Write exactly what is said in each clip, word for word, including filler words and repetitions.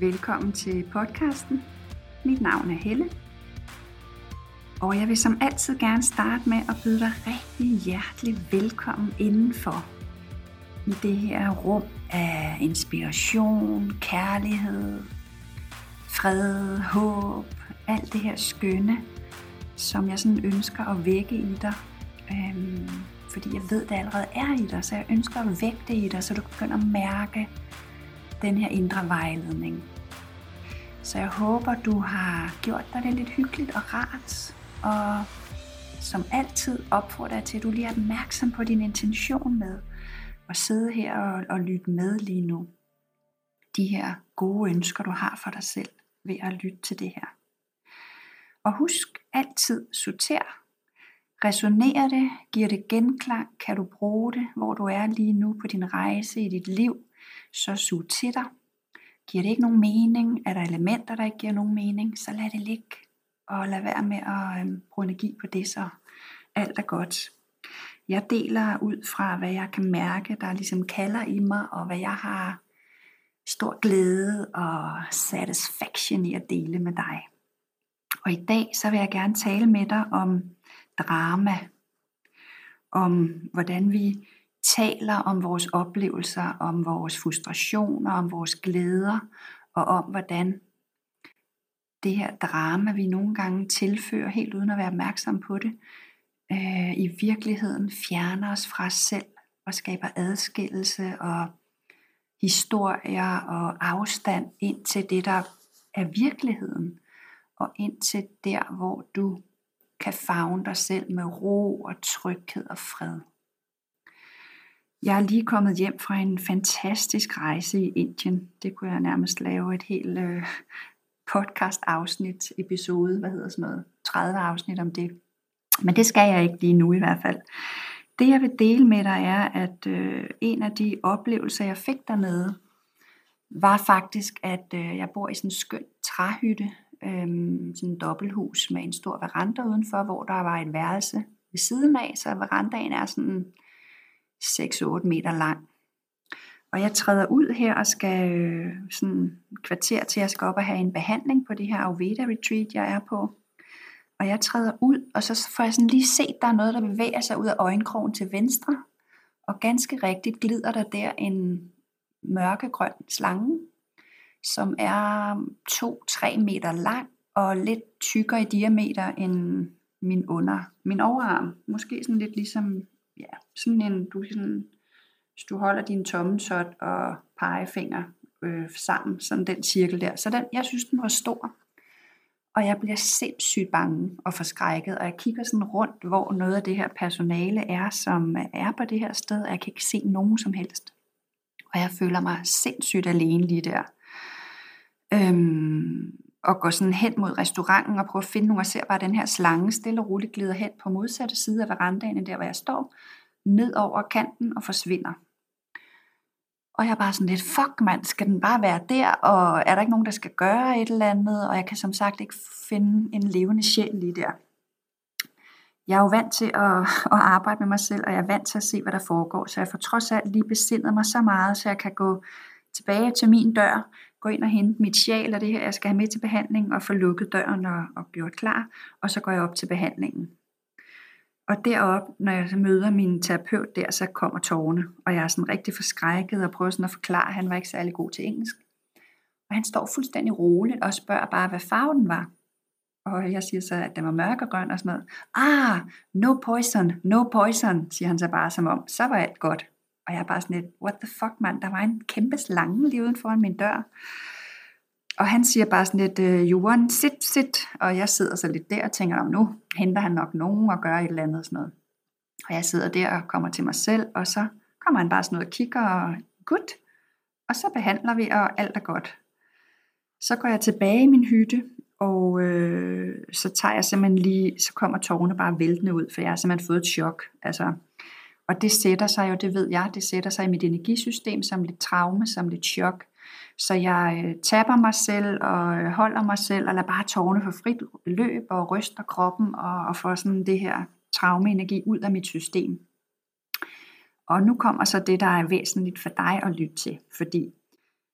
Velkommen til podcasten. Mit navn er Helle. Og jeg vil som altid gerne starte med at byde dig rigtig hjertelig velkommen indenfor. I det her rum af inspiration, kærlighed, fred, håb, alt det her skønne, som jeg sådan ønsker at vække i dig. Øhm, fordi jeg ved, det allerede er i dig, så jeg ønsker at vække det i dig, så du begynder at mærke den her indre vejledning. Så jeg håber, du har gjort dig det lidt hyggeligt og rart, og som altid opfordrer jeg til, at du lige er opmærksom på din intention med at sidde her og, og lytte med lige nu. De her gode ønsker, du har for dig selv ved at lytte til det her. Og husk altid sorter. Resonerer det? Giver det genklang? Kan du bruge det, hvor du er lige nu på din rejse i dit liv? Så sug til dig. Giver det ikke nogen mening? Er der elementer, der ikke giver nogen mening? Så lad det ligge. Og lad være med at øhm, bruge energi på det, så alt er godt. Jeg deler ud fra, hvad jeg kan mærke, der ligesom kalder i mig, og hvad jeg har stor glæde og satisfaction i at dele med dig. Og i dag, så vil jeg gerne tale med dig om drama. Om hvordan vi taler om vores oplevelser, om vores frustrationer, om vores glæder, og om hvordan det her drama, vi nogle gange tilfører, helt uden at være opmærksom på det, øh, i virkeligheden fjerner os fra os selv, og skaber adskillelse og historier og afstand ind til det, der er virkeligheden, og ind til der, hvor du kan favne dig selv med ro og tryghed og fred. Jeg er lige kommet hjem fra en fantastisk rejse i Indien. Det kunne jeg nærmest lave et helt øh, podcast afsnit, episode, hvad hedder sådan noget, tredive afsnit om det. Men det skal jeg ikke lige nu i hvert fald. Det jeg vil dele med dig er, at øh, en af de oplevelser, jeg fik dernede, var faktisk, at øh, jeg bor i sådan en skøn træhytte, øh, sådan en dobbelthus med en stor veranda udenfor, hvor der var et værelse ved siden af, så verandaen er sådan seks til otte meter lang. Og jeg træder ud her og skal øh, sådan et kvarter til, at jeg skal op og have en behandling på det her Ayurveda retreat, jeg er på. Og jeg træder ud, og så får jeg sådan lige set, der er noget, der bevæger sig ud af øjenkrogen til venstre. Og ganske rigtigt glider der der en mørkegrøn slange, som er to til tre meter lang og lidt tykkere i diameter end min under, min overarm. Måske sådan lidt ligesom, ja, sådan en, du sådan, hvis du holder din tommeltot og pegefinger øh, sammen, sådan den cirkel der. Så den, jeg synes, den var stor. Og jeg bliver sindssygt bange og forskrækket, og jeg kigger sådan rundt, hvor noget af det her personale er, som er på det her sted, og jeg kan ikke se nogen som helst. Og jeg føler mig sindssygt alene lige der. Øhm, og går sådan hen mod restauranten og prøver at finde nogen, og ser bare den her slange stille og roligt glider hen på modsatte side af verandaen, der hvor jeg står, ned over kanten og forsvinder. Og jeg er bare sådan lidt, fuck mand, skal den bare være der, og er der ikke nogen, der skal gøre et eller andet, og jeg kan som sagt ikke finde en levende sjæl lige der. Jeg er jo vant til at, at arbejde med mig selv, og jeg er vant til at se, hvad der foregår, så jeg får trods alt lige besindet mig så meget, så jeg kan gå tilbage til min dør, gå ind og hente mit sjæl og det her, jeg skal have med til behandling, og få lukket døren og, og gjort klar, og så går jeg op til behandlingen. Og deroppe, når jeg møder min terapeut der, så kommer tårerne, og jeg er sådan rigtig forskrækket og prøver sådan at forklare, at han var ikke særlig god til engelsk. Og han står fuldstændig roligt og spørger bare, hvad farven den var. Og jeg siger så, at den var mørkegrøn og sådan noget. Ah, no poison, no poison, siger han så bare som om, så var alt godt. Og jeg er bare sådan lidt, what the fuck mand, der var en kæmpe slange lige uden foran min dør. Og han siger bare sådan lidt, you want sit, sit. Og jeg sidder så lidt der og tænker, nu henter han nok nogen og gør et eller andet sådan noget. Og jeg sidder der og kommer til mig selv, og så kommer han bare sådan noget og kigger, og good. Og så behandler vi, og alt er godt. Så går jeg tilbage i min hytte, og øh, så tager jeg simpelthen lige, så kommer tårerne bare væltende ud, for jeg har simpelthen fået et chok. Altså, og det sætter sig jo, det ved jeg, det sætter sig i mit energisystem som lidt traume, som lidt chok. Så jeg øh, tapper mig selv og øh, holder mig selv og lader bare tårerne få frit løb og ryster kroppen og, og får sådan det her traumeenergi ud af mit system. Og nu kommer så det, der er væsentligt for dig at lytte til, fordi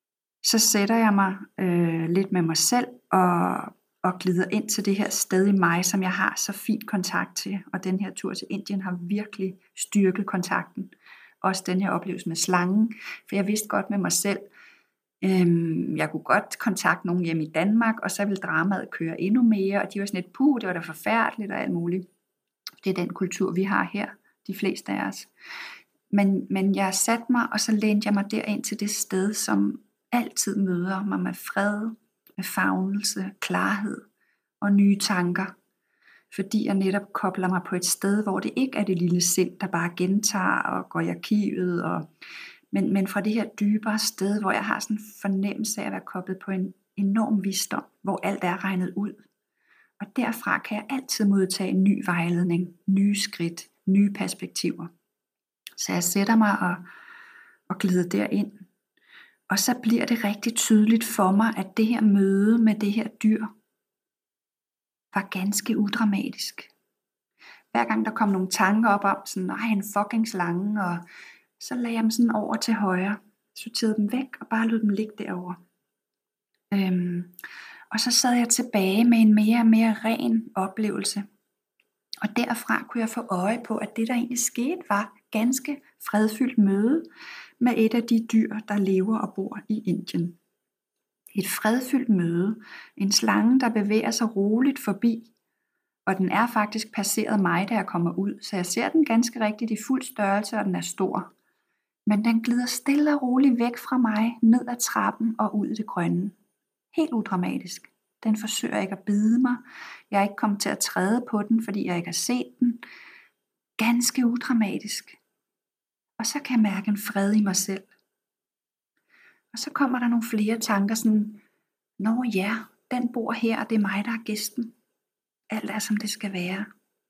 så sætter jeg mig øh, lidt med mig selv og, og glider ind til det her sted i mig, som jeg har så fin kontakt til. Og den her tur til Indien har virkelig styrket kontakten. Også den her oplevelse med slangen, for jeg vidste godt med mig selv, øhm, jeg kunne godt kontakte nogen hjemme i Danmark, og så ville dramaet køre endnu mere, og de var sådan lidt, puh, det var da forfærdeligt og alt muligt. Det er den kultur, vi har her, de fleste af os. Men, men jeg satte mig, og så lænede jeg mig derind til det sted, som altid møder mig med fred, med favnelse, klarhed og nye tanker. Fordi jeg netop kobler mig på et sted, hvor det ikke er det lille sind, der bare gentager og går i arkivet, og, men, men fra det her dybere sted, hvor jeg har sådan en fornemmelse af at være koblet på en enorm visdom, hvor alt er regnet ud. Og derfra kan jeg altid modtage en ny vejledning, nye skridt, nye perspektiver. Så jeg sætter mig og, og glider derind. Og så bliver det rigtig tydeligt for mig, at det her møde med det her dyr var ganske udramatisk. Hver gang der kom nogle tanker op om, sådan, nej, en fucking slange, og så lagde jeg dem sådan over til højre, sorterede dem væk, og bare lod dem ligge derovre. Øhm, og så sad jeg tilbage med en mere og mere ren oplevelse. Og derfra kunne jeg få øje på, at det der egentlig skete, var ganske fredfyldt møde med et af de dyr, der lever og bor i Indien. Et fredfyldt møde, en slange, der bevæger sig roligt forbi, og den er faktisk passeret mig, da jeg kommer ud, så jeg ser den ganske rigtigt i fuld størrelse, og den er stor. Men den glider stille og roligt væk fra mig, ned ad trappen og ud i det grønne. Helt udramatisk. Den forsøger ikke at bide mig. Jeg er ikke kommet til at træde på den, fordi jeg ikke har set den. Ganske udramatisk. Og så kan jeg mærke en fred i mig selv. Og så kommer der nogle flere tanker sådan, nå ja, den bor her, og det er mig, der er gæsten. Alt er, som det skal være.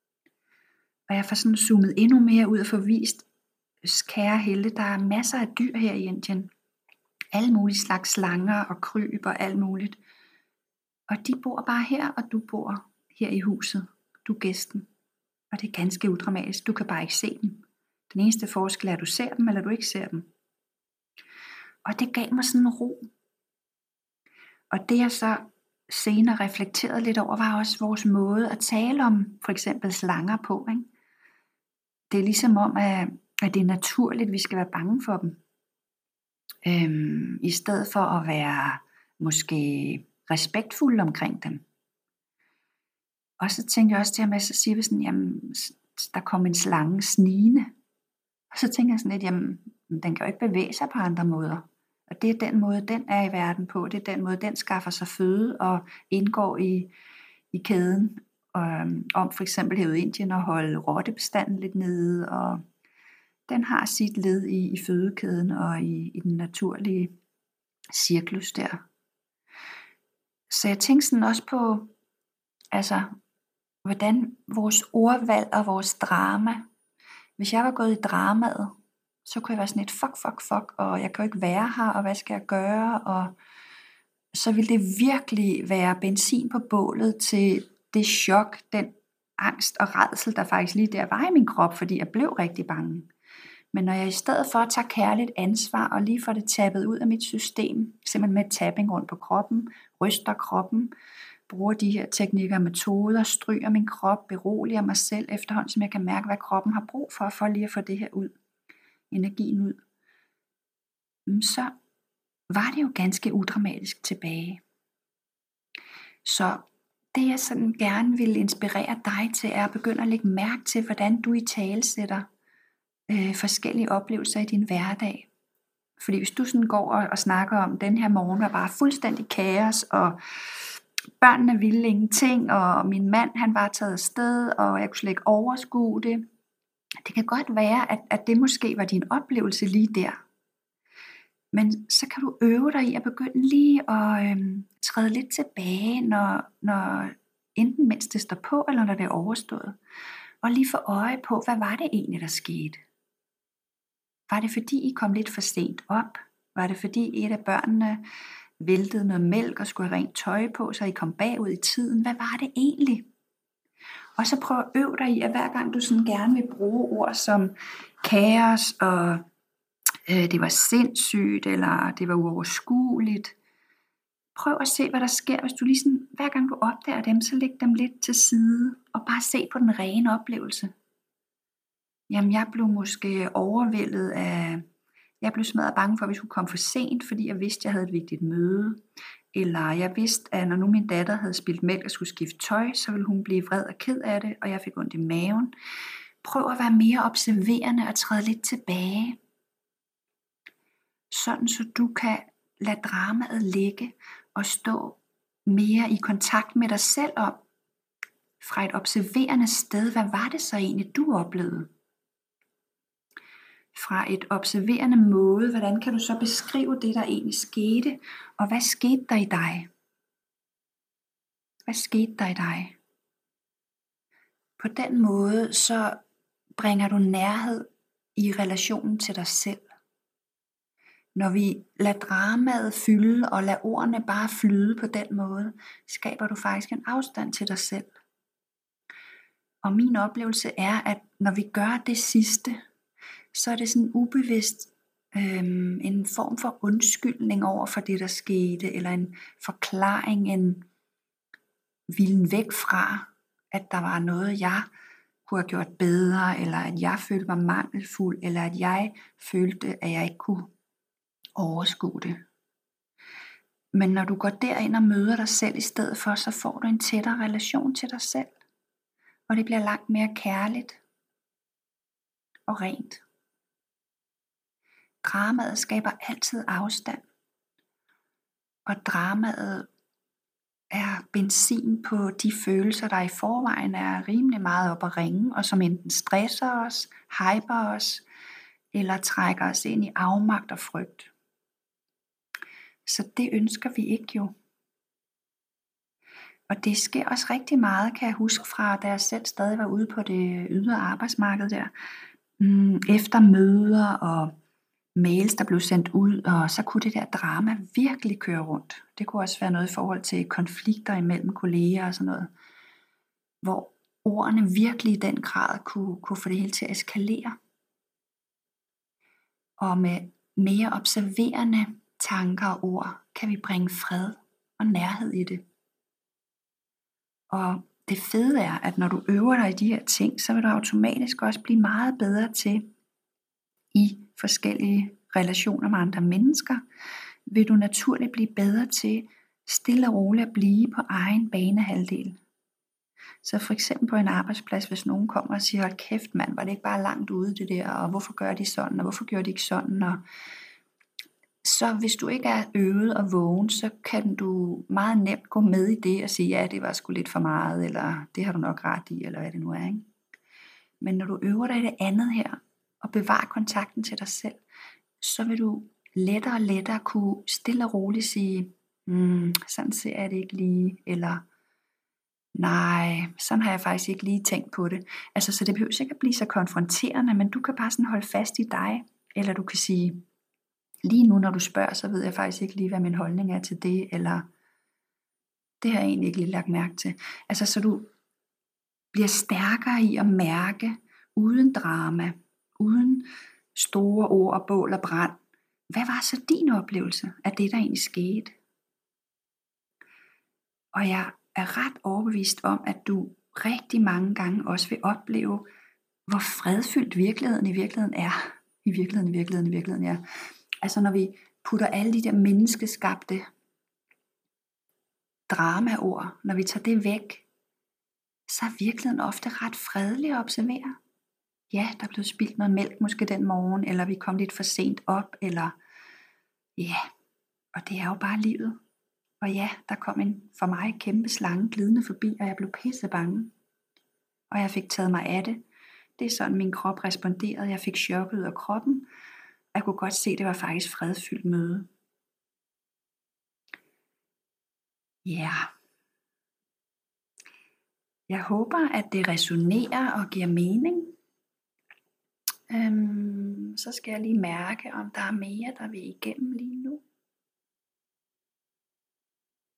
Og jeg får sådan zoomet endnu mere ud og få vist, kære Helle, der er masser af dyr her i Indien. Alle mulige slags slanger og kryb og alt muligt. Og de bor bare her, og du bor her i huset. Du er gæsten. Og det er ganske udramatisk. Du kan bare ikke se dem. Den eneste forskel er, at du ser dem, eller du ikke ser dem. Og det gav mig sådan en ro. Og det jeg så senere reflekterede lidt over, var også vores måde at tale om for eksempel slanger på. Ikke? Det er ligesom om, at, at det er naturligt, at vi skal være bange for dem. Øhm, I stedet for at være måske respektfulde omkring dem. Og så tænkte jeg også til ham, at så siger vi sådan, jamen, der kom en slange snigende. Og så tænker jeg sådan lidt, jamen, den kan jo ikke bevæge sig på andre måder. Og det er den måde, den er i verden på. Det er den måde, den skaffer sig føde og indgår i, i kæden. Og, om for eksempel her i Indien at holde rottebestanden lidt nede. Og den har sit led i, i fødekæden og i, i den naturlige cirklus der. Så jeg tænkte sådan også på, altså, hvordan vores ordvalg og vores drama, hvis jeg var gået i dramaet, så kunne jeg være sådan et fuck, fuck, fuck, og jeg kan jo ikke være her, og hvad skal jeg gøre, og så ville det virkelig være benzin på bålet til det chok, den angst og rædsel, der faktisk lige der var i min krop, fordi jeg blev rigtig bange. Men når jeg i stedet for at tage kærligt ansvar, og lige får det tappet ud af mit system, simpelthen med tapping rundt på kroppen, ryster kroppen, bruger de her teknikker og metoder, stryger min krop, beroliger mig selv efterhånden, som jeg kan mærke, hvad kroppen har brug for, for lige at få det her ud, energien ud, så var det jo ganske udramatisk tilbage. Så det jeg sådan gerne vil inspirere dig til, er at begynde at lægge mærke til, hvordan du i tale sætter øh, forskellige oplevelser i din hverdag. Fordi hvis du sådan går og, og snakker om, den her morgen var bare fuldstændig kaos, og børnene ville ingenting, og min mand han var taget afsted, og jeg kunne slet ikke overskue det. Det kan godt være, at, at det måske var din oplevelse lige der. Men så kan du øve dig i at begynde lige at øhm, træde lidt tilbage, når, når enten mens det står på, eller når det er overstået. Og lige få øje på, hvad var det egentlig, der skete? Var det fordi, I kom lidt for sent op? Var det fordi, et af børnene væltede noget mælk og skulle have rent tøj på, så I kom bagud i tiden? Hvad var det egentlig? Og så prøv at øve dig i, at hver gang du sådan gerne vil bruge ord som kaos og øh, det var sindssygt, eller det var uoverskueligt. Prøv at se, hvad der sker, hvis du lige sådan, hver gang du opdager dem, så læg dem lidt til side, og bare se på den rene oplevelse. Jamen, jeg blev måske overvældet af, jeg blev smadret bange for, at vi skulle komme for sent, fordi jeg vidste, at jeg havde et vigtigt møde. Eller jeg vidste, at når nu min datter havde spildt mælk og skulle skifte tøj, så ville hun blive vred og ked af det, og jeg fik ondt i maven. Prøv at være mere observerende og træde lidt tilbage. Sådan så du kan lade dramaet ligge og stå mere i kontakt med dig selv om, fra et observerende sted, hvad var det så egentlig, du oplevede? Fra et observerende måde, hvordan kan du så beskrive det, der egentlig skete, og hvad skete der i dig? Hvad skete der i dig? På den måde, så bringer du nærhed i relationen til dig selv. Når vi lader dramaet fylde og lader ordene bare flyde på den måde, skaber du faktisk en afstand til dig selv. Og min oplevelse er, at når vi gør det sidste, så er det sådan ubevidst øhm, en form for undskyldning over for det, der skete, eller en forklaring, en vilden væk fra, at der var noget, jeg kunne have gjort bedre, eller at jeg følte mig mangelfuld, eller at jeg følte, at jeg ikke kunne overskue det. Men når du går derind og møder dig selv i stedet for, så får du en tættere relation til dig selv. Og det bliver langt mere kærligt og rent. Dramaet skaber altid afstand. Og dramaet er benzin på de følelser, der i forvejen er rimelig meget op at ringe, og som enten stresser os, hyper os, eller trækker os ind i afmagt og frygt. Så det ønsker vi ikke jo. Og det sker også rigtig meget, kan jeg huske fra, da jeg selv stadig var ude på det ydre arbejdsmarked der. Efter møder og mails, der blev sendt ud, og så kunne det der drama virkelig køre rundt. Det kunne også være noget i forhold til konflikter imellem kolleger og sådan noget, hvor ordene virkelig i den grad kunne, kunne få det hele til at eskalere. Og med mere observerende tanker og ord, kan vi bringe fred og nærhed i det. Og det fede er, at når du øver dig i de her ting, så vil du automatisk også blive meget bedre til i forskellige relationer med andre mennesker, vil du naturligt blive bedre til stille og roligt at blive på egen banehalvdel. Så for eksempel på en arbejdsplads, hvis nogen kommer og siger, hold kæft mand, var det ikke bare langt ude det der, og hvorfor gør de sådan, og hvorfor gør de ikke sådan, og så hvis du ikke er øvet og vågen, så kan du meget nemt gå med i det og sige, ja, det var sgu lidt for meget, eller det har du nok ret i, eller hvad det nu er, ikke? Men når du øver dig i det andet her, og bevarer kontakten til dig selv, så vil du lettere og lettere kunne stille og roligt sige, mm, sådan ser jeg det ikke lige, eller nej, sådan har jeg faktisk ikke lige tænkt på det. Altså, så det behøver ikke at blive så konfronterende, men du kan bare sådan holde fast i dig, eller du kan sige, lige nu når du spørger, så ved jeg faktisk ikke lige, hvad min holdning er til det, eller det har jeg egentlig ikke lige lagt mærke til. Altså, så du bliver stærkere i at mærke, uden drama, uden store ord og bål og brand. Hvad var så din oplevelse af det, der egentlig skete? Og jeg er ret overbevist om, at du rigtig mange gange også vil opleve, hvor fredfyldt virkeligheden i virkeligheden er. I virkeligheden, i virkeligheden, i virkeligheden, ja. Altså når vi putter alle de der menneskeskabte dramaord, når vi tager det væk, så er virkeligheden ofte ret fredelig at observere. Ja, der er blevet spildt noget mælk måske den morgen, eller vi kom lidt for sent op, eller ja, og det er jo bare livet. Og ja, der kom en for mig kæmpe slange glidende forbi, og jeg blev pisse bange. Og jeg fik taget mig af det. Det er sådan min krop responderede. Jeg fik chok ud af kroppen. Jeg kunne godt se, at det var faktisk fredfyldt møde. Ja. Yeah. Jeg håber, at det resonerer og giver mening. Øhm, så skal jeg lige mærke, om der er mere, der vil igennem lige nu.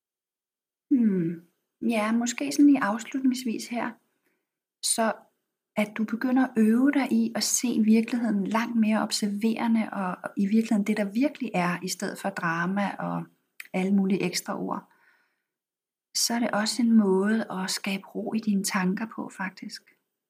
Hmm. Ja, måske sådan lige afslutningsvis her. Så at du begynder at øve dig i at se virkeligheden langt mere observerende, og, og i virkeligheden det, der virkelig er, i stedet for drama og alle mulige ekstra ord, så er det også en måde at skabe ro i dine tanker på, faktisk.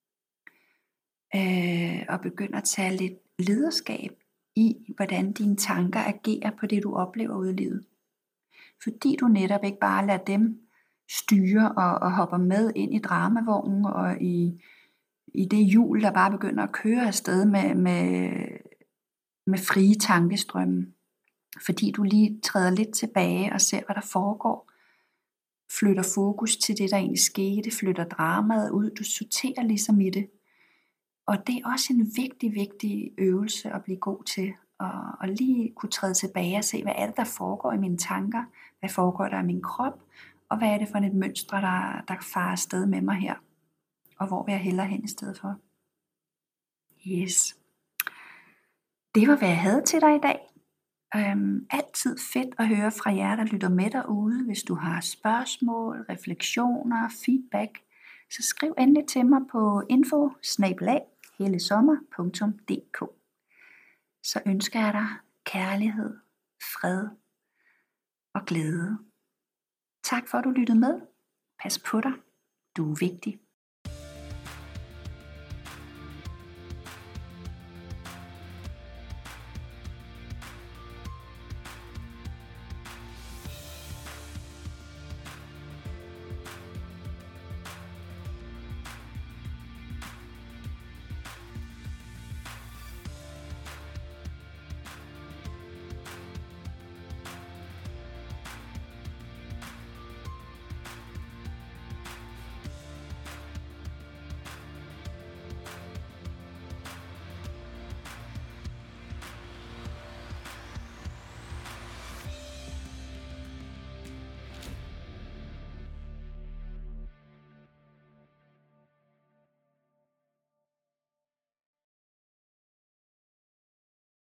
Øh, og begynde at tage lidt lederskab i, hvordan dine tanker agerer på det, du oplever ude i livet. Fordi du netop ikke bare lader dem styre og, og hopper med ind i dramavognen og i, i det hjul, der bare begynder at køre afsted med, med, med frie tankestrømme. Fordi du lige træder lidt tilbage og ser, hvad der foregår. Flytter fokus til det, der egentlig skete. Flytter dramaet ud. Du sorterer ligesom i det. Og det er også en vigtig, vigtig øvelse at blive god til. Og, og lige kunne træde tilbage og se, hvad er det, der foregår i mine tanker? Hvad foregår der i min krop? Og hvad er det for et mønstre, der, der farer afsted med mig her? Og hvor vil jeg hellere hen i stedet for? Yes. Det var, hvad jeg havde til dig i dag. Øhm, altid fedt at høre fra jer, der lytter med derude. Hvis du har spørgsmål, refleksioner, feedback, så skriv endelig til mig på info bindestreg hellesommer punktum d k. Så ønsker jeg dig kærlighed, fred og glæde. Tak for at du lyttede med. Pas på dig. Du er vigtig.